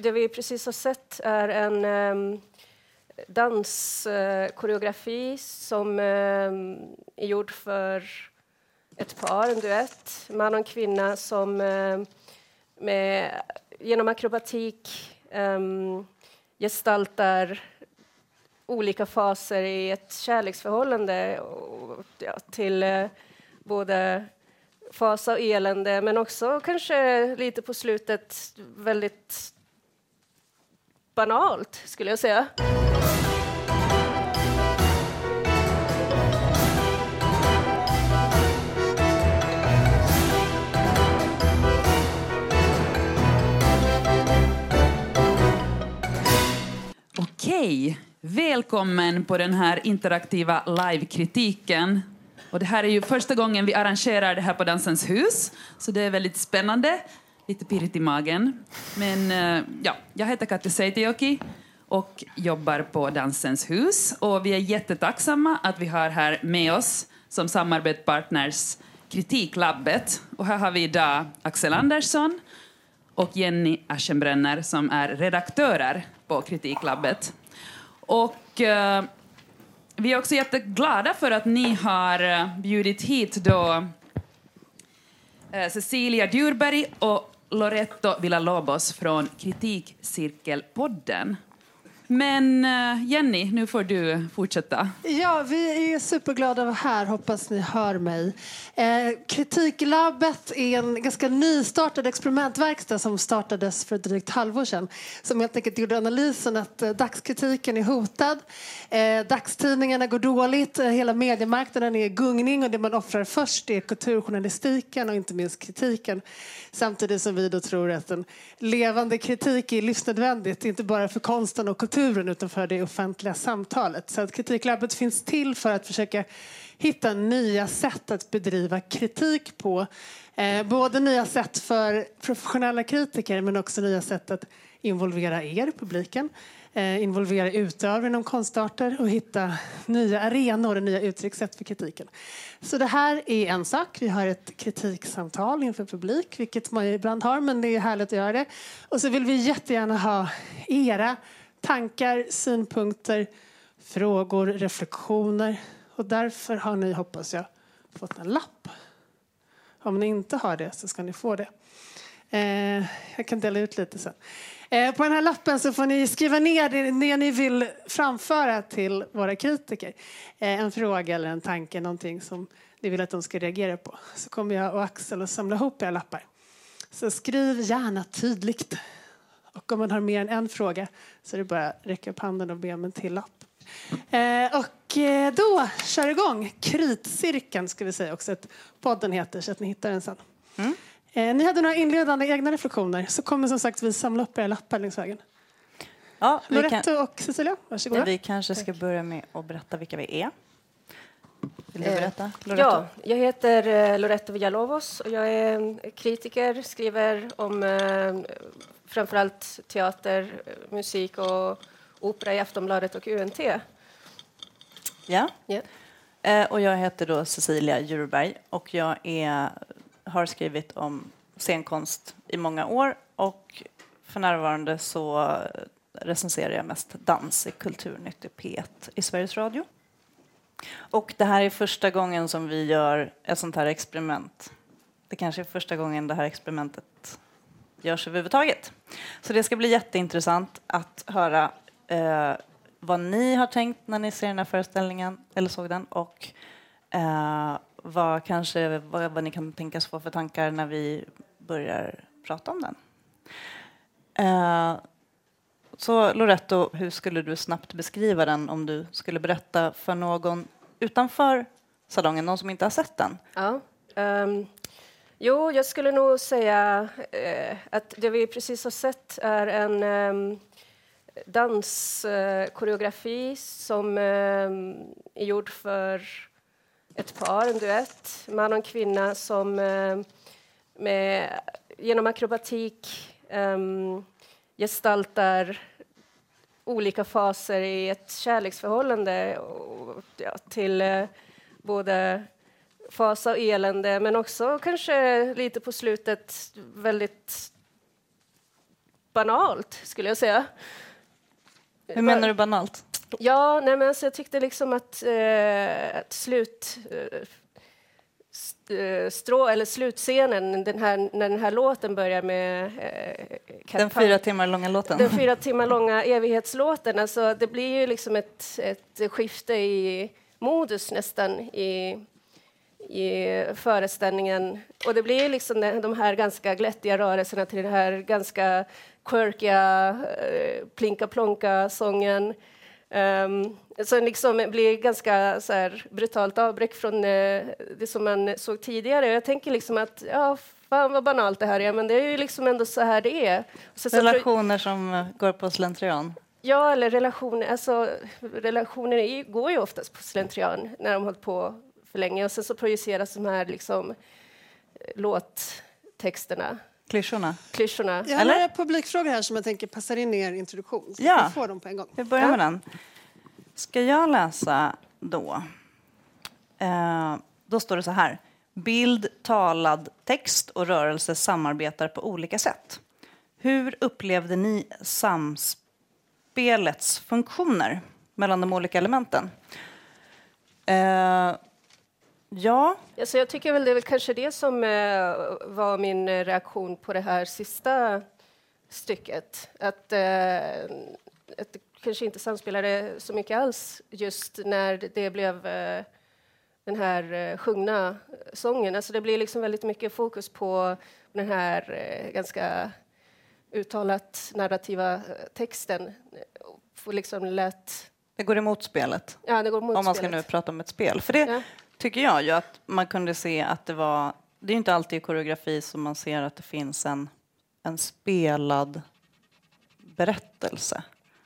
det vi precis har sett är en danskoreografi som är gjord för ett par, en duett, man och en kvinna som genom akrobatik gestaltar olika faser i ett kärleksförhållande till både fasa och elände, men också kanske lite på slutet väldigt banalt, skulle jag säga. Okej, välkommen på den här interaktiva live-kritiken. Och det här är ju första gången vi arrangerar det här på Dansens hus, så det är väldigt spännande. Lite pirrigt i magen. Men jag heter Katja Seitioki och jobbar på Dansens hus. Och vi är jättetacksamma att vi har här med oss som samarbetspartners Kritiklabbet. Och här har vi idag Axel Andersson och Jenny Aschenbrenner som är redaktörer på Kritiklabbet. Och vi är också jätteglada för att ni har bjudit hit då Cecilia Djurberg och Loretto Villalobos från Kritikcirkelpodden. Men Jenny, nu får du fortsätta. Ja, vi är superglada att vara här. Hoppas ni hör mig. Kritiklabbet är en ganska nystartad experimentverkstad som startades för drygt halvår sedan. Som helt enkelt gjorde analysen att dagskritiken är hotad. Dagstidningarna går dåligt. Hela mediemarknaden är i gungning. Och det man offrar först är kulturjournalistiken och inte minst kritiken. Samtidigt som vi då tror att en levande kritik är livsnödvändigt. Inte bara för konsten och kulturen utan för det offentliga samtalet. Så att Kritiklabbet finns till för att försöka hitta nya sätt att bedriva kritik på. Både nya sätt för professionella kritiker men också nya sätt att involvera er, publiken. Involvera utövare inom konstarter och hitta nya arenor och nya uttryckssätt för kritiken. Så det här är en sak. Vi har ett kritiksamtal inför publik, vilket man ibland har, men det är härligt att göra det. Och så vill vi jättegärna ha era tankar, synpunkter, frågor, reflektioner. Och därför har ni, hoppas jag, fått en lapp. Om ni inte har det så ska ni få det. Jag kan dela ut lite sen. På den här lappen så får ni skriva ner det ni vill framföra till våra kritiker. En fråga eller en tanke, någonting som ni vill att de ska reagera på. Så kommer jag och Axel att samla ihop era lappar. Så skriv gärna tydligt. Och om man har mer än en fråga så är det bara att räcka upp handen och be om en till lapp. Och då kör igång. Kritcirkeln ska vi säga också att podden heter så att ni hittar den sen. Ni hade några inledande egna reflektioner så kommer som sagt vi samla upp era lappar längs vägen. Ja, Loretto och Cecilia, varsågoda. Vi kanske ska börja med att berätta vilka vi är. Vill du berätta, Loretto? Ja, jag heter Loretto Villalobos och jag är kritiker, skriver om framförallt teater, musik och opera i Aftonbladet och UNT. Ja. Yeah. Och jag heter då Cecilia Djurberg och jag har skrivit om scenkonst i många år och för närvarande så recenserar jag mest dans i Kulturnytt i P1 i Sveriges Radio. Och det här är första gången som vi gör ett sånt här experiment. Det kanske är första gången det här experimentet görs överhuvudtaget. Så det ska bli jätteintressant att höra vad ni har tänkt när ni ser den här föreställningen eller såg den och vad ni kan tänkas få för tankar när vi börjar prata om den. Så Loretto, hur skulle du snabbt beskriva den om du skulle berätta för någon utanför salongen, någon som inte har sett den? Ja. Jo, jag skulle nog säga att det vi precis har sett är en danskoreografi som är gjord för ett par, en duett, man och en kvinna som genom akrobatik gestaltar olika faser i ett kärleksförhållande till både fasa och elände, men också kanske lite på slutet väldigt banalt, skulle jag säga. Hur menar du banalt? Ja, nej, men alltså jag tyckte liksom att slutscenen, när den här låten börjar med den 4 timmar långa låten. Den 4 timmar långa evighetslåten. Alltså, det blir ju liksom ett skifte i modus nästan i föreställningen. Och det blir liksom de här ganska glättiga rörelserna till den här ganska quirkiga plinka-plonka-sången. Så liksom blir ganska så här brutalt avbräck från det som man såg tidigare. Jag tänker liksom att fan vad banalt det här är, men det är ju liksom ändå så här det är. Relationer som går på slentrian. Ja, eller relationer. Alltså, relationer går ju oftast på slentrian när de hållit på för länge. Och sen så projiceras de här liksom, låttexterna. Klyschorna. Jag har några publikfrågor här som jag tänker passar in i er introduktion. Så vi får dem på en gång. Vi börjar med den. Ska jag läsa då? Då står det så här. Bild, talad text och rörelse samarbetar på olika sätt. Hur upplevde ni samspelets funktioner mellan de olika elementen? Ja. Alltså jag tycker väl det är väl kanske det som var min reaktion på det här sista stycket. Att det kanske inte samspelade så mycket alls just när det blev den här sjungna sången. Alltså det blir liksom väldigt mycket fokus på den här ganska uttalat narrativa texten. Och liksom det går emot spelet. Ja, det går emot om man spelet. Ska nu prata om ett spel. För det tycker jag ju att man kunde se att det var... Det är inte alltid i koreografi som man ser att det finns en spelad berättelse.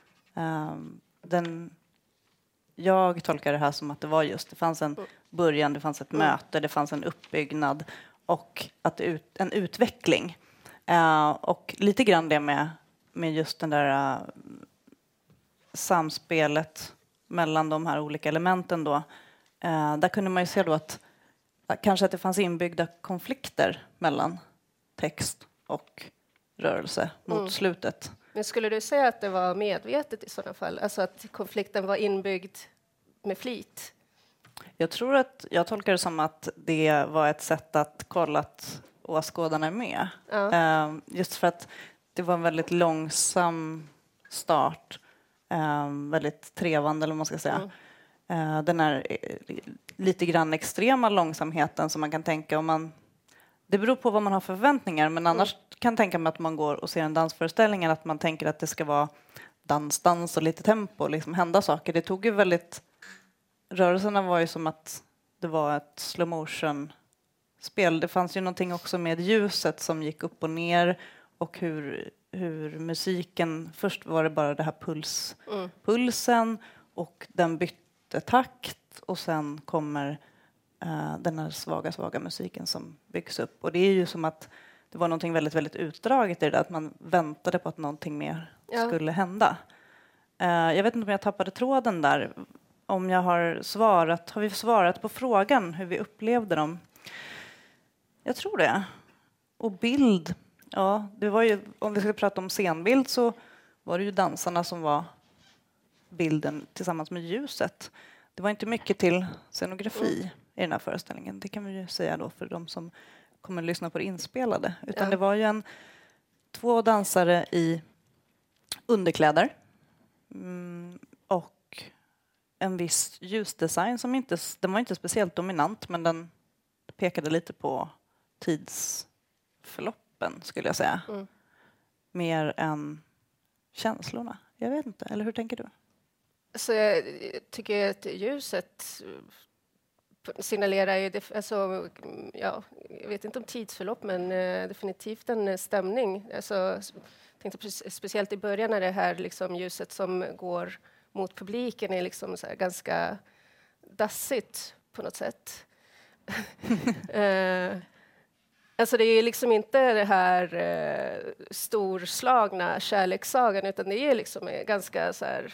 Jag tolkar det här som att det var just... Det fanns en början, det fanns ett möte, det fanns en uppbyggnad och att en utveckling. Och lite grann det med just den där samspelet mellan de här olika elementen då. Där kunde man ju se då att kanske att det fanns inbyggda konflikter mellan text och rörelse mot slutet. Men skulle du säga att det var medvetet i sådana fall? Alltså att konflikten var inbyggd med flit? Jag tolkar det som att det var ett sätt att kolla att åskådarna är med. Ja. Just för att det var en väldigt långsam start. Väldigt trevande, eller vad man ska säga. Den här lite grann extrema långsamheten som man kan tänka det beror på vad man har för förväntningar, men annars kan tänka mig att man går och ser en dansföreställning att man tänker att det ska vara dans och lite tempo, liksom hända saker. Det tog ju väldigt... Rörelserna var ju som att det var ett slow motion spel. Det fanns ju någonting också med ljuset som gick upp och ner och hur musiken... Först var det bara det här pulsen och den bytte takt och sen kommer den här svaga musiken som byggs upp. Och det är ju som att det var någonting väldigt, väldigt utdraget i det där, att man väntade på att någonting mer skulle hända. Jag vet inte om jag tappade tråden där. Om jag har vi svarat på frågan hur vi upplevde dem? Jag tror det. Och bild, det var ju, om vi ska prata om scenbild så var det ju dansarna som var bilden tillsammans med ljuset. Det var inte mycket till scenografi i den här föreställningen. Det kan vi ju säga då för de som kommer att lyssna på det inspelade. Utan det var ju 2 dansare i underkläder. Och en viss ljusdesign som den var inte speciellt dominant, men den pekade lite på tidsförloppen, skulle jag säga. Mer än känslorna. Jag vet inte, eller hur tänker du? Så jag tycker att ljuset signalerar ju, alltså, jag vet inte om tidsförlopp, men definitivt en stämning. Alltså, jag tänkte speciellt i början när det här liksom, ljuset som går mot publiken är liksom så här ganska dassigt på något sätt. Alltså det är liksom inte det här storslagna kärlekssagan, utan det är liksom ganska så här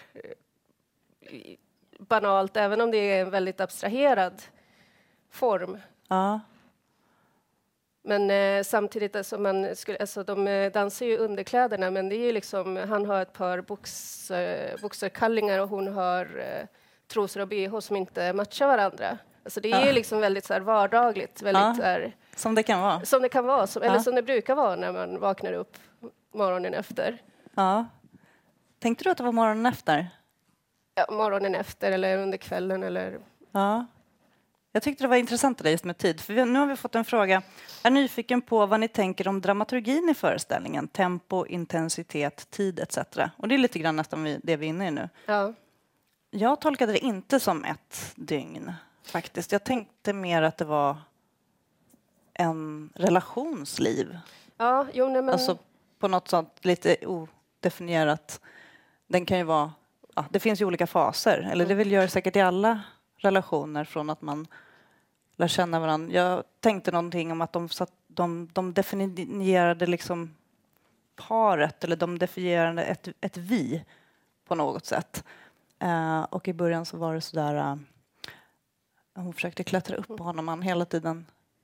banalt, även om det är en väldigt abstraherad form. Ja. Men samtidigt, alltså, de dansar ju underkläderna, men det är ju liksom, han har ett par boxerkallingar och hon har trosor och bh som inte matchar varandra. Alltså det är ju liksom väldigt så här vardagligt, väldigt så här, som det kan vara. Som det kan vara, eller som det brukar vara när man vaknar upp morgonen efter. Ja. Tänkte du att det var morgonen efter? Ja, morgonen efter eller under kvällen eller... Ja. Jag tyckte det var intressant det där just med tid. För nu har vi fått en fråga. Jag är nyfiken på vad ni tänker om dramaturgin i föreställningen. Tempo, intensitet, tid etc. Och det är lite grann nästan det vi är inne i nu. Ja. Jag tolkade det inte som ett dygn faktiskt. Jag tänkte mer att det var en relationsliv. Ja, jo, nej, men... Alltså på något sånt lite odefinierat. Den kan ju vara... Ja, det finns ju olika faser. Eller det vill göra säkert i alla relationer från att man lär känna varandra. Jag tänkte någonting om att de definierade liksom paret. Eller de definierade ett vi på något sätt. Och i början så var det sådär... hon försökte klättra upp på honom. Han hela tiden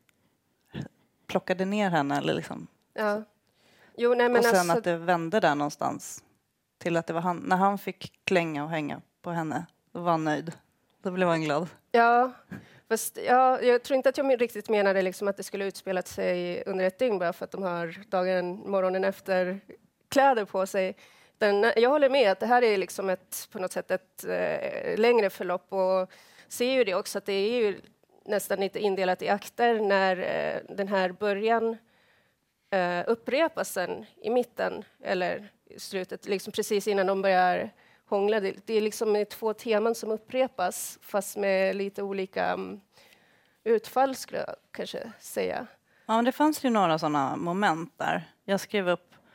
plockade ner henne. Eller liksom. Ja. Jo, nej, men och sen alltså... att det vände där någonstans. Till att det var han. När han fick klänga och hänga på henne. Då var han nöjd. Då blev han glad. Ja, fast jag tror inte att jag riktigt menade liksom att det skulle utspelat sig under ett dygn bara för att de har morgonen efter kläder på sig. Jag håller med att det här är liksom på något sätt ett längre förlopp och ser ju det också att det är ju nästan lite indelat i akter när den här början upprepas sen i mitten eller i slutet, liksom precis innan de börjar hångla. Det är liksom 2 teman som upprepas fast med lite olika utfall skulle jag kanske säga. Ja, men det fanns ju några sådana moment där. Jag skrev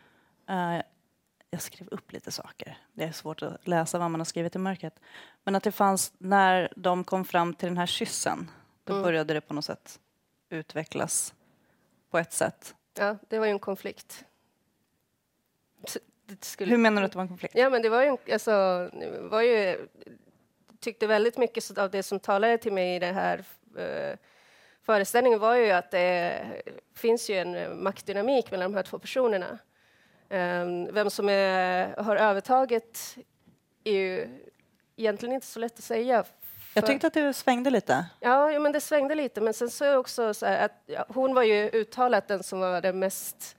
upp lite saker. Det är svårt att läsa vad man har skrivit i mörkret. Men att det fanns, när de kom fram till den här kyssen, då började det på något sätt utvecklas på ett sätt. Ja, det var ju en konflikt. Hur menar du att det var en konflikt? Ja, men det var ju tyckte väldigt mycket av det som talade till mig i den här föreställningen var ju att det finns ju en maktdynamik mellan de här 2 personerna. Vem som har övertaget är ju egentligen inte så lätt att säga. Jag tyckte att det svängde lite. Ja, men det svängde lite. Men sen så är det också så här att hon var ju uttalat den som var den mest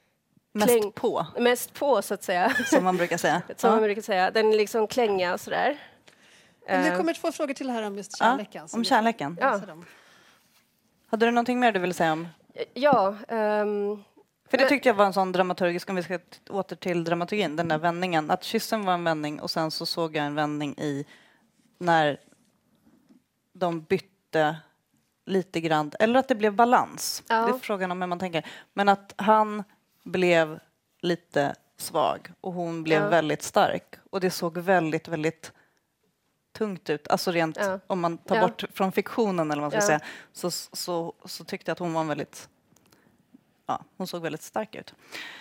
på, så att säga. Som man brukar säga. Man brukar säga. Den liksom klänga och sådär. Det kommer 2 frågor till här om just kärleken. Om kärleken. Ja. Hade du någonting mer du ville säga om? Ja. För det tyckte jag var en sån dramaturgisk, om vi ska åter till dramaturgin, den där vändningen. Att kyssen var en vändning och sen så såg jag en vändning i när de bytte lite grann, eller att det blev balans. Ja. Det är frågan om hur man tänker. Men att han blev lite svag och hon blev väldigt stark. Och det såg väldigt, väldigt tungt ut. Alltså rent, om man tar bort från fiktionen eller vad man ska säga, så tyckte jag att hon var väldigt... Ja, hon såg väldigt stark ut.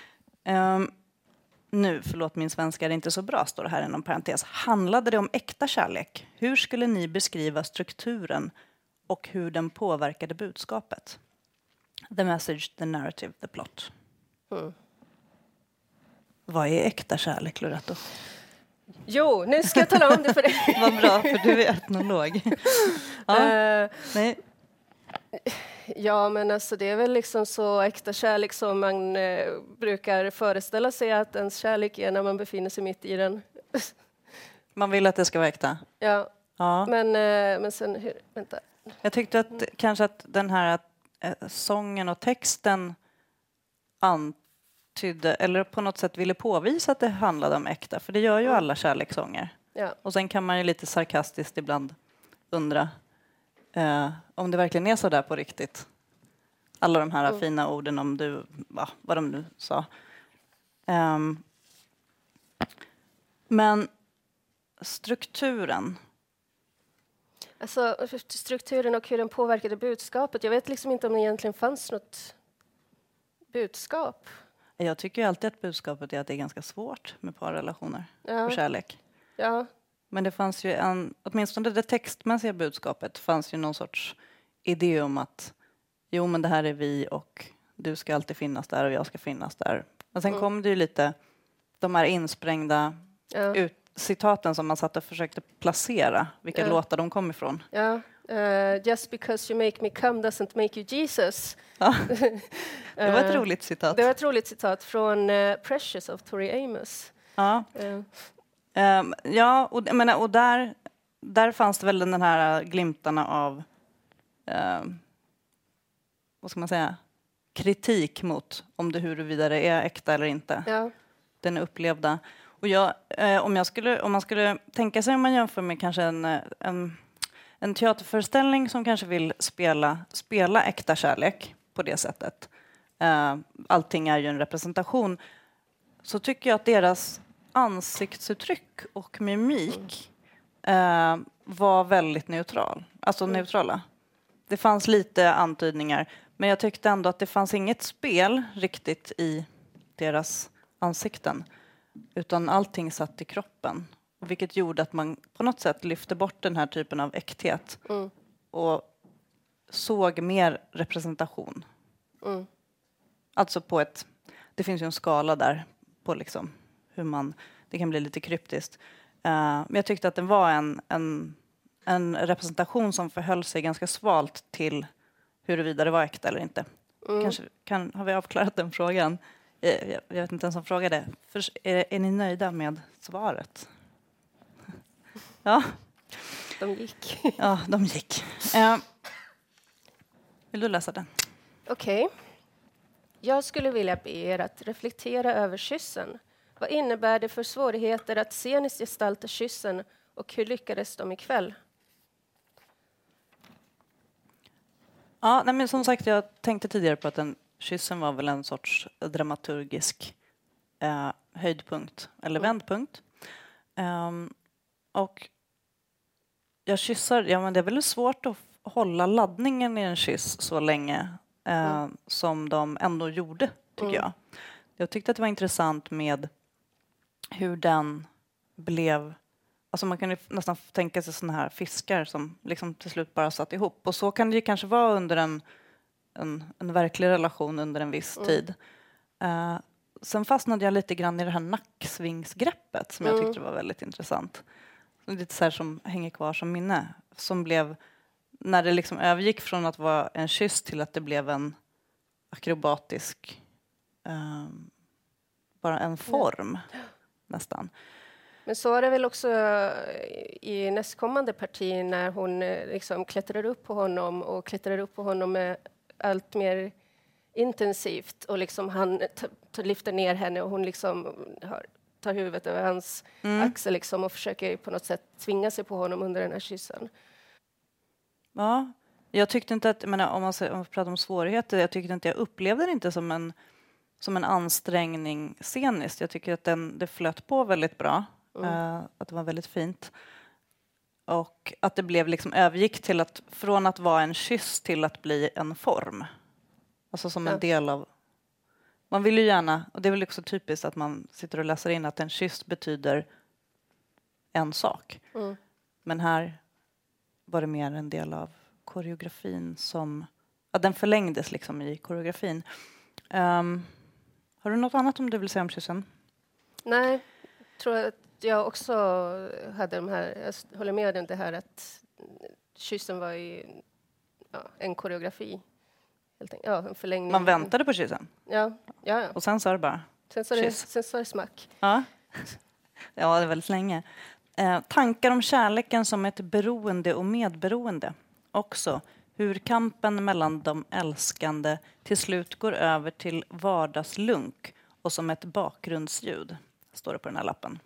Nu, förlåt min svenska är inte så bra, står det här inom parentes. Handlade det om äkta kärlek? Hur skulle ni beskriva strukturen och hur den påverkade budskapet? The message, the narrative, the plot. Vad är äkta kärlek, Loretto? Jo, nu ska jag tala om det för dig. Vad bra, för du är etnolog. Nej. Ja, men alltså det är väl liksom så äkta kärlek som man brukar föreställa sig att ens kärlek är när man befinner sig mitt i den. Man vill att det ska vara äkta? Ja. Men sen, vänta. Jag tyckte att kanske att den här sången och texten antydde, eller på något sätt ville påvisa att det handlade om äkta. För det gör ju alla kärlekssånger. Ja. Och sen kan man ju lite sarkastiskt ibland undra om det verkligen är så där på riktigt. Alla de här fina orden om vad de nu sa. Men strukturen. Alltså strukturen och hur den påverkade budskapet. Jag vet liksom inte om det egentligen fanns något budskap. Jag tycker ju alltid att budskapet är att det är ganska svårt med parrelationer och kärlek. Ja. Men det fanns ju åtminstone det textmässiga budskapet fanns ju någon sorts idé om att men det här är vi och du ska alltid finnas där och jag ska finnas där. Och sen kom det ju lite de här insprängda citaten som man satt och försökte placera vilka låtar de kom ifrån. Ja. Just because you make me come doesn't make you Jesus. Ja. Det var ett roligt citat. Det var ett roligt citat från Precious av Tori Amos. Ja, och där fanns det väl den här glimtarna av vad ska man säga, kritik mot om det huruvida det är äkta eller inte. Ja. Den upplevda. Och om man skulle tänka sig, om man jämför med kanske en teaterföreställning som kanske vill spela äkta kärlek på det sättet. Allting är ju en representation. Så tycker jag att deras ansiktsuttryck och mimik var väldigt neutrala. Det fanns lite antydningar, men jag tyckte ändå att det fanns inget spel riktigt i deras ansikten, utan allting satt i kroppen, vilket gjorde att man på något sätt lyfte bort den här typen av äkthet och såg mer representation. Alltså det finns ju en skala där på liksom hur det kan bli lite kryptiskt. Men jag tyckte att det var en representation som förhöll sig ganska svalt till huruvida det var äkta eller inte. Har vi avklarat den frågan? Jag vet inte ens om frågade. Är ni nöjda med svaret? Ja. De gick. Ja, de gick. Vill du läsa den? Okej. Jag skulle vilja be er att reflektera över kyssen. Vad innebär det för svårigheter att sceniskt gestalta kyssen och hur lyckades de ikväll? Ja, men som sagt, jag tänkte tidigare på att kyssen var väl en sorts dramaturgisk höjdpunkt eller vändpunkt. Och jag kyssar, men det är väl svårt att hålla laddningen i en kyss så länge som de ändå gjorde, tycker jag. Jag tyckte att det var intressant med hur den blev. Alltså man kan ju nästan tänka sig såna här fiskar som liksom till slut bara satt ihop. Och så kan det ju kanske vara under en verklig relation under en viss tid. Sen fastnade jag lite grann i det här nacksvingsgreppet som jag tyckte var väldigt intressant. Lite så här som hänger kvar som minne. Som blev, när det liksom övergick från att vara en kyss till att det blev en akrobatisk, bara en form nästan. Men så är det väl också i nästkommande parti när hon liksom klättrar upp på honom med allt mer intensivt och liksom han lyfter ner henne och hon liksom tar huvudet över hans axel liksom och försöker på något sätt tvinga sig på honom under den här kyssen. Ja, jag tyckte inte att, om man pratar om svårigheter, jag tyckte inte, jag upplevde det inte som en ansträngning sceniskt. Jag tycker att det flöt på väldigt bra. Att det var väldigt fint. Och att det blev liksom övergick till från att vara en kyss till att bli en form. Alltså som en del av. Man vill ju gärna, och det är väl också typiskt att man sitter och läser in att en kyss betyder en sak. Men här var det mer en del av koreografin att den förlängdes liksom i koreografin. Har du något annat om du vill säga om kyssen? Nej, jag tror att jag också hade jag håller med om det här att kyssen var en koreografi. En förlängning. Man väntade på kyssen? Ja. Och sen sa det bara sen sa det smack. Ja, det var väldigt länge. Tankar om kärleken som ett beroende och medberoende. Också hur kampen mellan de älskande till slut går över till vardagslunk och som ett bakgrundsljud. Står det på den här lappen.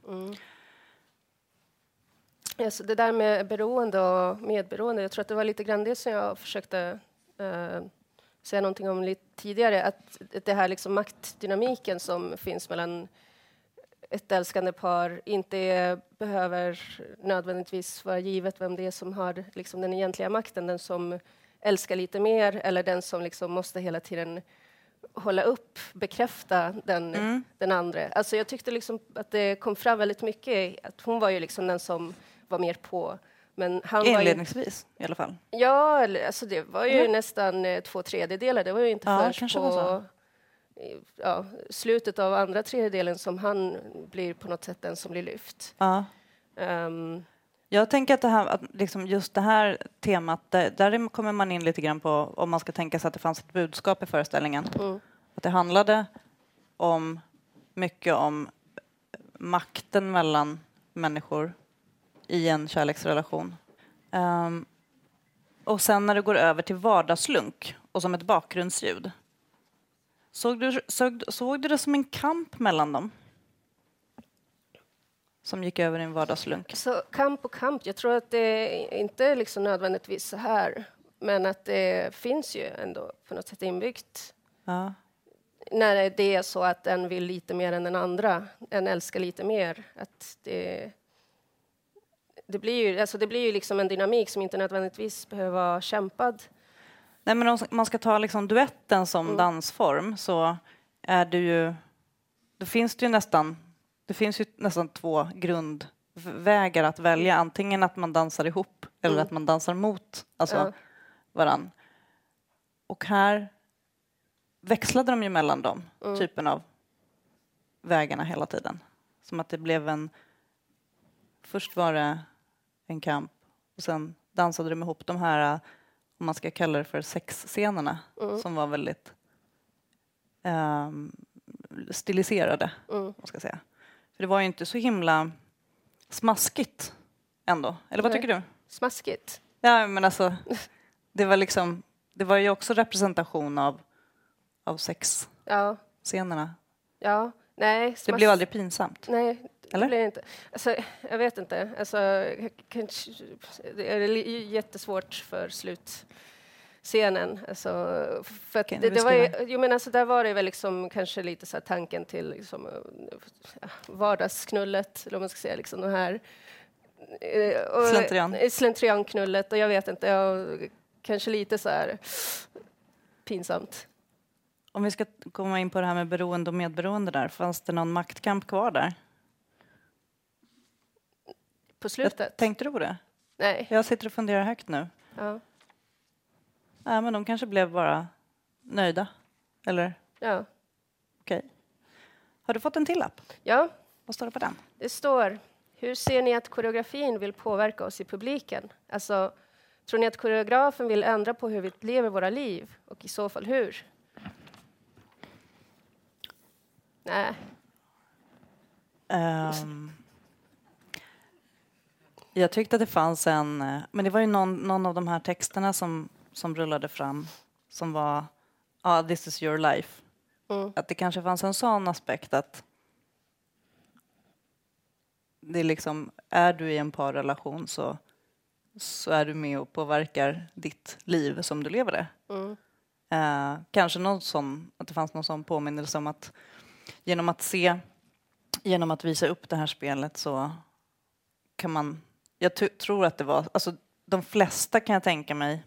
Ja, så det där med beroende och medberoende, jag tror att det var lite grann det som jag försökte säga någonting om lite tidigare, att det här liksom maktdynamiken som finns mellan ett älskande par inte behöver nödvändigtvis vara givet vem det är som har liksom den egentliga makten, den som älskar lite mer eller den som liksom måste hela tiden hålla upp, bekräfta den andra. Alltså jag tyckte liksom att det kom fram väldigt mycket att hon var ju liksom den som var mer Men han inledningsvis i alla fall. Ja, alltså det var ju nästan 2/3. Det var ju inte först på slutet av andra tredjedelen som han blir på något sätt den som blir lyft. Ja. Jag tänker att det här, att liksom just det här temat, där kommer man in lite grann på om man ska tänka sig att det fanns ett budskap i föreställningen. Att det handlade mycket om makten mellan människor i en kärleksrelation. Och sen när det går över till vardagslunk och som ett bakgrundsljud. Såg du det som en kamp mellan dem? Som gick över i en vardagslunk. Så kamp och kamp. Jag tror att det inte är liksom nödvändigtvis så här. Men att det finns ju ändå på något sätt inbyggt. Ja. När det är så att en vill lite mer än den andra. En älskar lite mer. Att det blir ju liksom en dynamik som inte nödvändigtvis behöver vara kämpad. Nej, men om man ska ta liksom duetten som dansform så är det ju... Det finns ju nästan 2 grundvägar att välja. Antingen att man dansar ihop eller att man dansar mot varann. Och här växlade de ju mellan de typen av vägarna hela tiden. Som att det blev först var det en kamp och sen dansade de ihop de här, om man ska kalla det för sexscenerna, som var väldigt stiliserade, man ska säga. För det var ju inte så himla smaskigt ändå. Eller vad tycker du? Smaskigt? Ja, men alltså det var ju också representation av sexscenerna. Ja, nej. Det blev aldrig pinsamt. Nej, eller? Det blev inte. Alltså, jag vet inte. Alltså, det är jättesvårt för slutscenen. Alltså, för att det var ju, där var det väl liksom kanske lite så här tanken till liksom, vardagsknullet, eller om man ska säga liksom de här slentrianknullet, och jag vet inte, kanske lite så här pinsamt. Om vi ska komma in på det här med beroende och medberoende där, fanns det någon maktkamp kvar där? På slutet? Tänkte du på det? Nej. Jag sitter och funderar högt nu. Ja. Ja, men de kanske blev bara nöjda, eller? Ja. Okej. Har du fått en till lapp? Ja. Vad står det på den? Det står: hur ser ni att koreografin vill påverka oss i publiken? Alltså, tror ni att koreografen vill ändra på hur vi lever våra liv? Och i så fall hur? Nej. Jag tyckte att det fanns men det var ju någon av de här texterna som rullade fram som var this is your life. Att det kanske fanns en sån aspekt att det liksom, är du i en parrelation så är du med och påverkar ditt liv som du lever det. Kanske att det fanns någon sån påminnelse om att genom att visa upp det här spelet så kan man, jag tror att det var, alltså de flesta kan jag tänka mig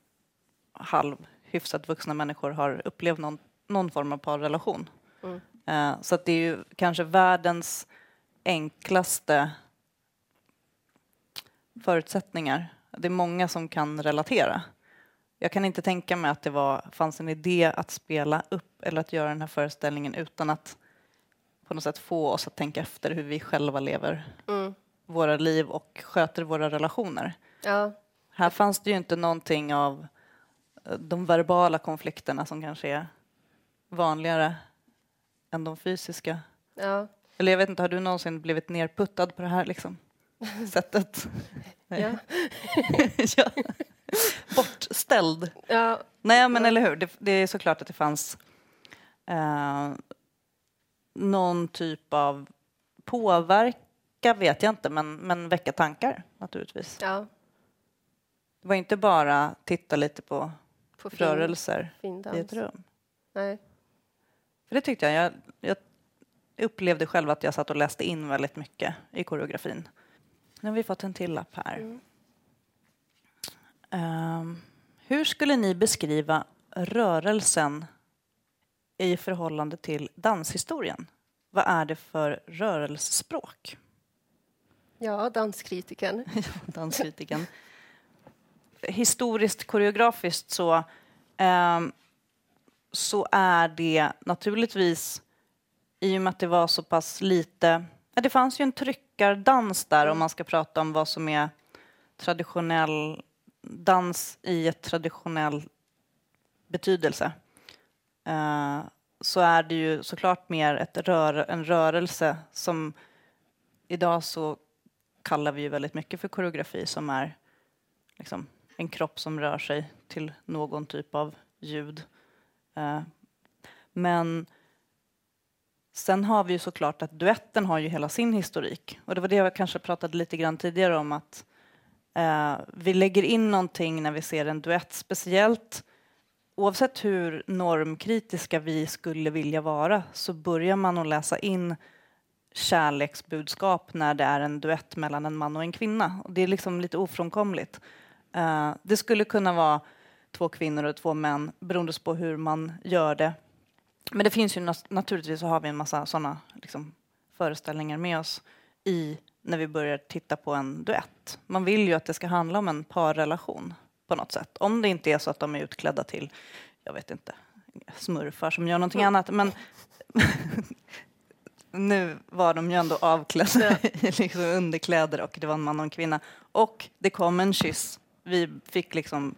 hyfsat vuxna människor har upplevt någon form av parrelation. Så att det är ju kanske världens enklaste förutsättningar. Det är många som kan relatera. Jag kan inte tänka mig att det fanns en idé att spela upp eller att göra den här föreställningen utan att på något sätt få oss att tänka efter hur vi själva lever våra liv och sköter våra relationer. Ja. Här fanns det ju inte någonting av de verbala konflikterna som kanske är vanligare än de fysiska. Ja. Eller jag vet inte, har du någonsin blivit nerputtad på det här liksom sättet? Ja. Ja. Bortställd. Ja. Nej, men eller hur? Det är såklart att det fanns någon typ av påverka, vet jag inte, men väcka tankar naturligtvis. Ja. Det var inte bara titta lite på rörelser i ett rum. Nej. För det tyckte jag upplevde själv att jag satt och läste in väldigt mycket i koreografin. Nu har vi fått en till lapp här. Hur skulle ni beskriva rörelsen i förhållande till danshistorien? Vad är det för rörelsespråk? Ja, danskritiken. Danskritiken. Historiskt, koreografiskt så är det naturligtvis, i och med att det var så pass lite... Ja, det fanns ju en tryckardans där om man ska prata om vad som är traditionell dans i ett traditionell betydelse. Så är det ju såklart mer en rörelse som idag så kallar vi ju väldigt mycket för koreografi, som är liksom en kropp som rör sig till någon typ av ljud. Men sen har vi ju såklart att duetten har ju hela sin historik. Och det var det jag kanske pratade lite grann tidigare om, att vi lägger in någonting när vi ser en duett, speciellt oavsett hur normkritiska vi skulle vilja vara, så börjar man att läsa in kärleksbudskap när det är en duett mellan en man och en kvinna. Och det är liksom lite ofrånkomligt. Det skulle kunna vara 2 kvinnor och 2 män, beroende på hur man gör det. Men det finns ju naturligtvis, så har vi en massa sådana liksom föreställningar med oss när vi börjar titta på en duett. Man vill ju att det ska handla om en parrelation på något sätt. Om det inte är så att de är utklädda till, jag vet inte, smurfar som gör någonting annat. Men nu var de ju ändå avklädda i liksom underkläder, och det var en man och en kvinna. Och det kom en kyss. Vi fick liksom...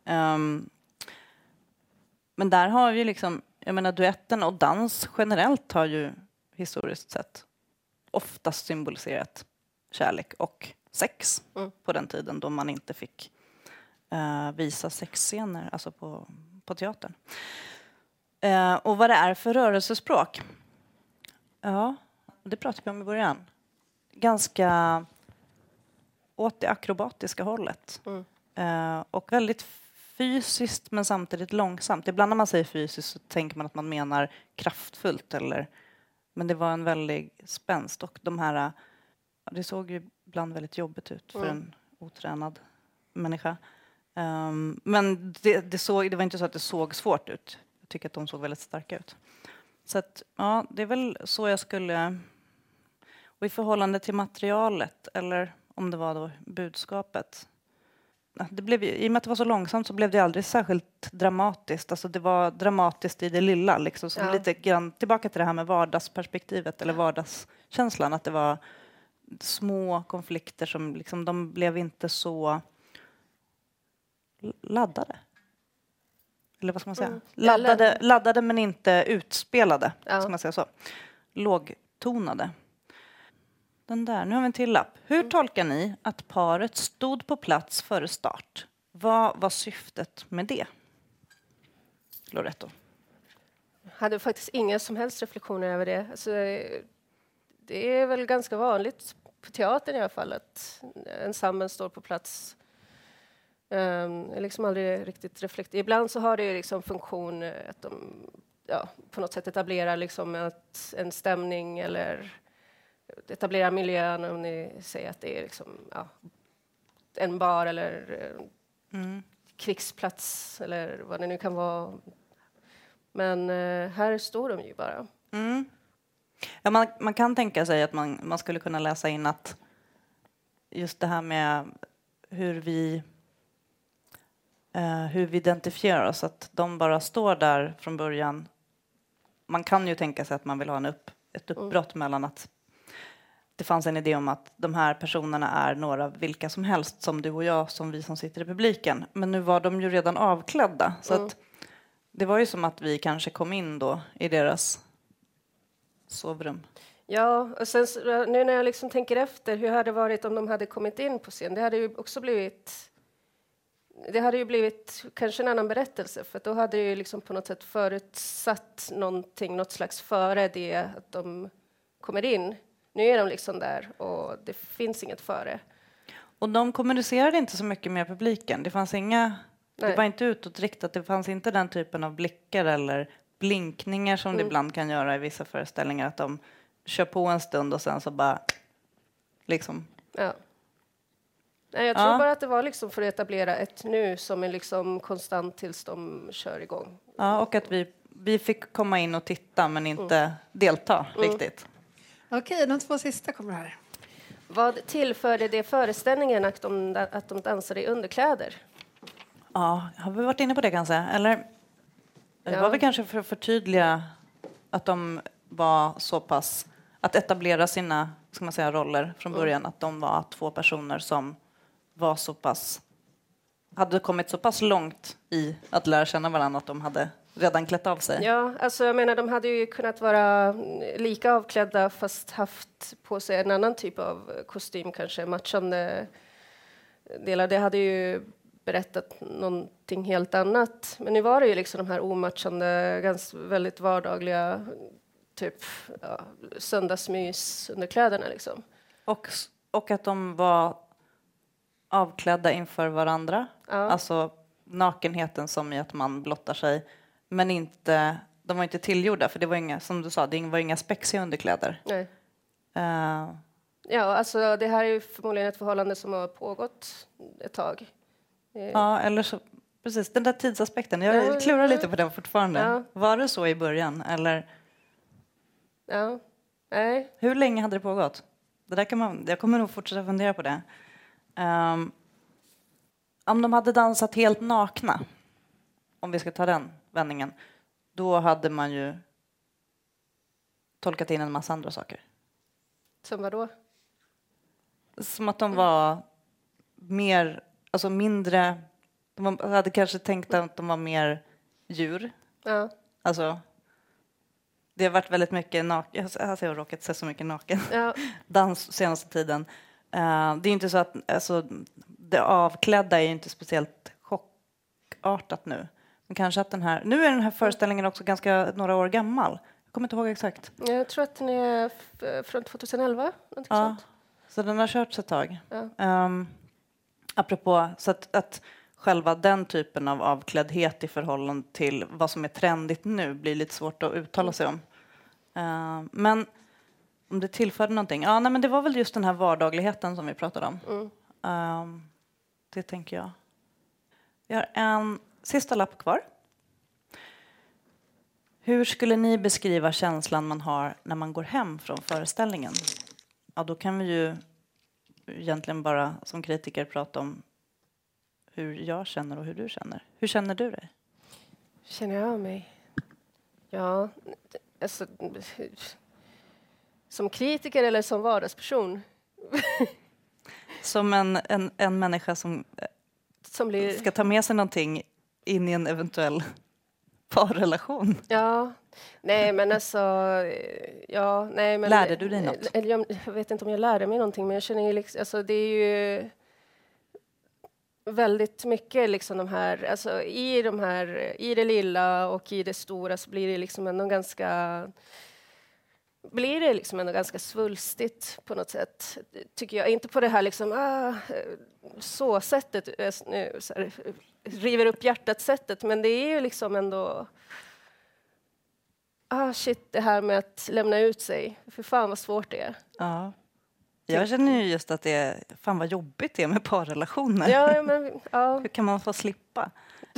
men där har vi liksom... Jag menar, duetten och dans generellt har ju historiskt sett oftast symboliserat kärlek och sex på den tiden då man inte fick visa sexscener, alltså på teatern. Och vad det är för rörelsespråk? Ja, det pratade vi om i början. Ganska åt det akrobatiska hållet. Och väldigt fysiskt men samtidigt långsamt. Ibland när man säger fysiskt så tänker man att man menar kraftfullt. Men det var en väldig spänst. Och de här, det såg ju ibland väldigt jobbigt ut för en otränad människa. Men det var inte så att det såg svårt ut. Jag tycker att de såg väldigt starka ut. Så att, ja, det är väl så jag skulle... Och i förhållande till materialet, eller om det var då budskapet... Det blev, i och med att det var så långsamt så blev det aldrig särskilt dramatiskt. Alltså det var dramatiskt i det lilla. Liksom, så lite grann tillbaka till det här med vardagsperspektivet eller vardagskänslan. Att det var små konflikter som liksom, de blev inte så laddade. Eller vad ska man säga? Laddade men inte utspelade. Ska man säga så. Lågtonade. Den där, nu har vi en till lapp. Hur tolkar ni att paret stod på plats före start? Vad var syftet med det? Loretto. Jag hade faktiskt inga som helst reflektioner över det. Alltså, det är väl ganska vanligt på teatern i alla fall att ensemblen står på plats. Jag liksom aldrig riktigt reflekterat. Ibland så har det ju liksom funktion att de på något sätt etablerar liksom en stämning eller etablera miljön, om ni säger att det är liksom, en bar eller krigsplats eller vad det nu kan vara. Men här står de ju bara. Ja, man kan tänka sig att man skulle kunna läsa in att just det här med hur vi identifierar oss, att de bara står där från början. Man kan ju tänka sig att man vill ha ett uppbrott mellan att det fanns en idé om att de här personerna är några vilka som helst, som du och jag, som vi som sitter i publiken. Men nu var de ju redan avklädda. Så att det var ju som att vi kanske kom in då i deras sovrum. Ja, och sen nu när jag liksom tänker efter, hur hade det varit om de hade kommit in på scen? Det hade ju också blivit kanske en annan berättelse, för då hade det ju liksom på något sätt förutsatt något slags före det att de kommer in. Nu är de liksom där och det finns inget före. Och de kommunicerade inte så mycket med publiken. Det fanns det var inte utåtriktat. Det fanns inte den typen av blickar eller blinkningar som det ibland kan göra i vissa föreställningar. Att de kör på en stund och sen så bara liksom. Ja. Nej, jag tror bara att det var liksom för att etablera ett nu som är liksom konstant tills de kör igång. Ja, och att vi fick komma in och titta men inte delta riktigt. Okej, de 2 sista kommer här. Vad tillförde det föreställningen att de dansade i underkläder? Ja, har vi varit inne på det kanske? Eller det Ja. var väl kanske för att förtydliga att de var så pass... Att etablera sina, ska man säga, roller från början. Att de var 2 personer som var så pass... Hade kommit så pass långt i att lära känna varandra att de hade redan klätt av sig. Ja, alltså jag menar, de hade ju kunnat vara lika avklädda fast haft på sig en annan typ av kostym, kanske matchande delar. Det hade ju berättat någonting helt annat. Men nu var det ju liksom de här omatchande, ganska väldigt vardagliga typ söndagsmys under kläderna liksom. Och att de var avklädda inför varandra. Ja. Alltså nakenheten som i att man blottar sig. Men inte, de var inte tillgjorda, för det var inga, som du sa, det var inga spexiga underkläder. Nej. Uh, Ja, alltså det här är ju förmodligen ett förhållande som har pågått ett tag. ja, eller så, precis, den där tidsaspekten. Jag klurar lite på den fortfarande. Ja. Var det så i början, eller? Ja, nej. Hur länge hade det pågått? Det där jag kommer nog fortsätta fundera på det. Om de hade dansat helt nakna, om vi ska ta den vändningen, då hade man ju tolkat in en massa andra saker. Som vad då? Som att de var mer, alltså mindre, de hade kanske tänkt att de var mer djur. Ja. Alltså, det har varit väldigt mycket naken, jag har råkat se så mycket naken Ja. dans senaste tiden. Det är inte så att, alltså, det avklädda är inte speciellt chockartat nu. Men kanske att nu är den här föreställningen också ganska några år gammal. Jag kommer inte ihåg exakt. Jag tror att den är från 2011. Ja, Sånt. så den har körts ett tag. Ja. Apropå, så att själva den typen av avkläddhet i förhållande till vad som är trendigt nu blir lite svårt att uttala sig om. Men om det tillförde någonting. Ja, nej, men det var väl just den här vardagligheten som vi pratade om. Det tänker jag. Vi har en sista lapp kvar. Hur skulle ni beskriva känslan man har när man går hem från föreställningen? Ja, då kan vi ju egentligen bara som kritiker prata om hur jag känner och hur du känner. Hur känner du dig? Känner jag mig? Ja, alltså, som kritiker eller som vardagsperson? Som en människa som ska ta med sig någonting in i en eventuell parrelation. Ja, nej men alltså... Ja, nej, men, lärde du dig något? Jag vet inte om jag lärde mig någonting, men jag känner ju liksom... Alltså, det är ju väldigt mycket liksom de här... Alltså, i det lilla och i det stora så blir det liksom ändå ganska... Blir det liksom ändå ganska svulstigt på något sätt, tycker jag. Inte på det här liksom, så sättet, så här, river upp hjärtat-sättet, men det är ju liksom ändå... Shit, det här med att lämna ut sig. För fan vad svårt det är. Ja. Jag känner ju just att det är... Fan vad jobbigt det är med parrelationer. Ja, men, ja. Hur kan man få slippa?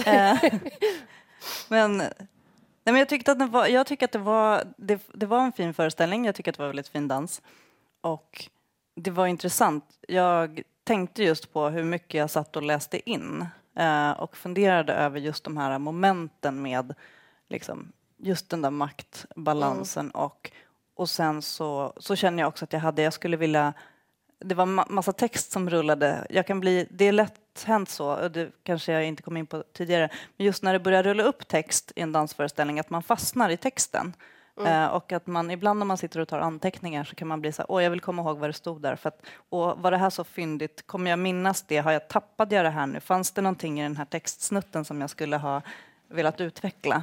Men jag tyckte att det var en fin föreställning. Jag tycker att det var väldigt fin dans. Och det var intressant. Jag tänkte just på hur mycket jag satt och läste in. Och funderade över just de här momenten med liksom, just den där maktbalansen. Och sen så känner jag också att jag skulle vilja... Det var massa text som rullade. Det är lätt hänt så, och det kanske jag inte kom in på tidigare. Men just när det börjar rulla upp text i en dansföreställning, att man fastnar i texten. Och att man ibland när man sitter och tar anteckningar så kan man bli så här, jag vill komma ihåg vad det stod där. Och var det här så fyndigt? Kommer jag minnas det? Tappade jag det här nu? Fanns det någonting i den här textsnutten som jag skulle ha velat utveckla?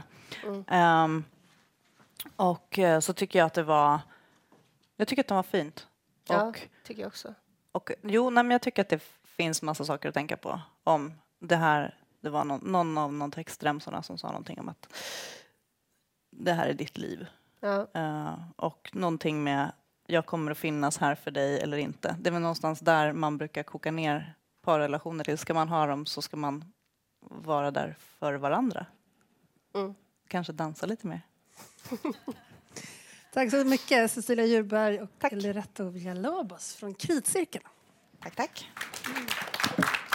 Och så tycker jag att det var... Jag tycker att det var fint. Ja, tycker jag också. Men jag tycker att det finns massa saker att tänka på om det här. Det var någon textremsorna som sa någonting om att det här är ditt liv. Ja. Och någonting med jag kommer att finnas här för dig eller inte. Det är väl någonstans där man brukar koka ner parrelationer till. Ska man ha dem så ska man vara där för varandra. Kanske dansa lite mer. Tack så mycket, Cecilia Djurberg och Tack. Loretto Villalobos från Kritcirkeln. Tack.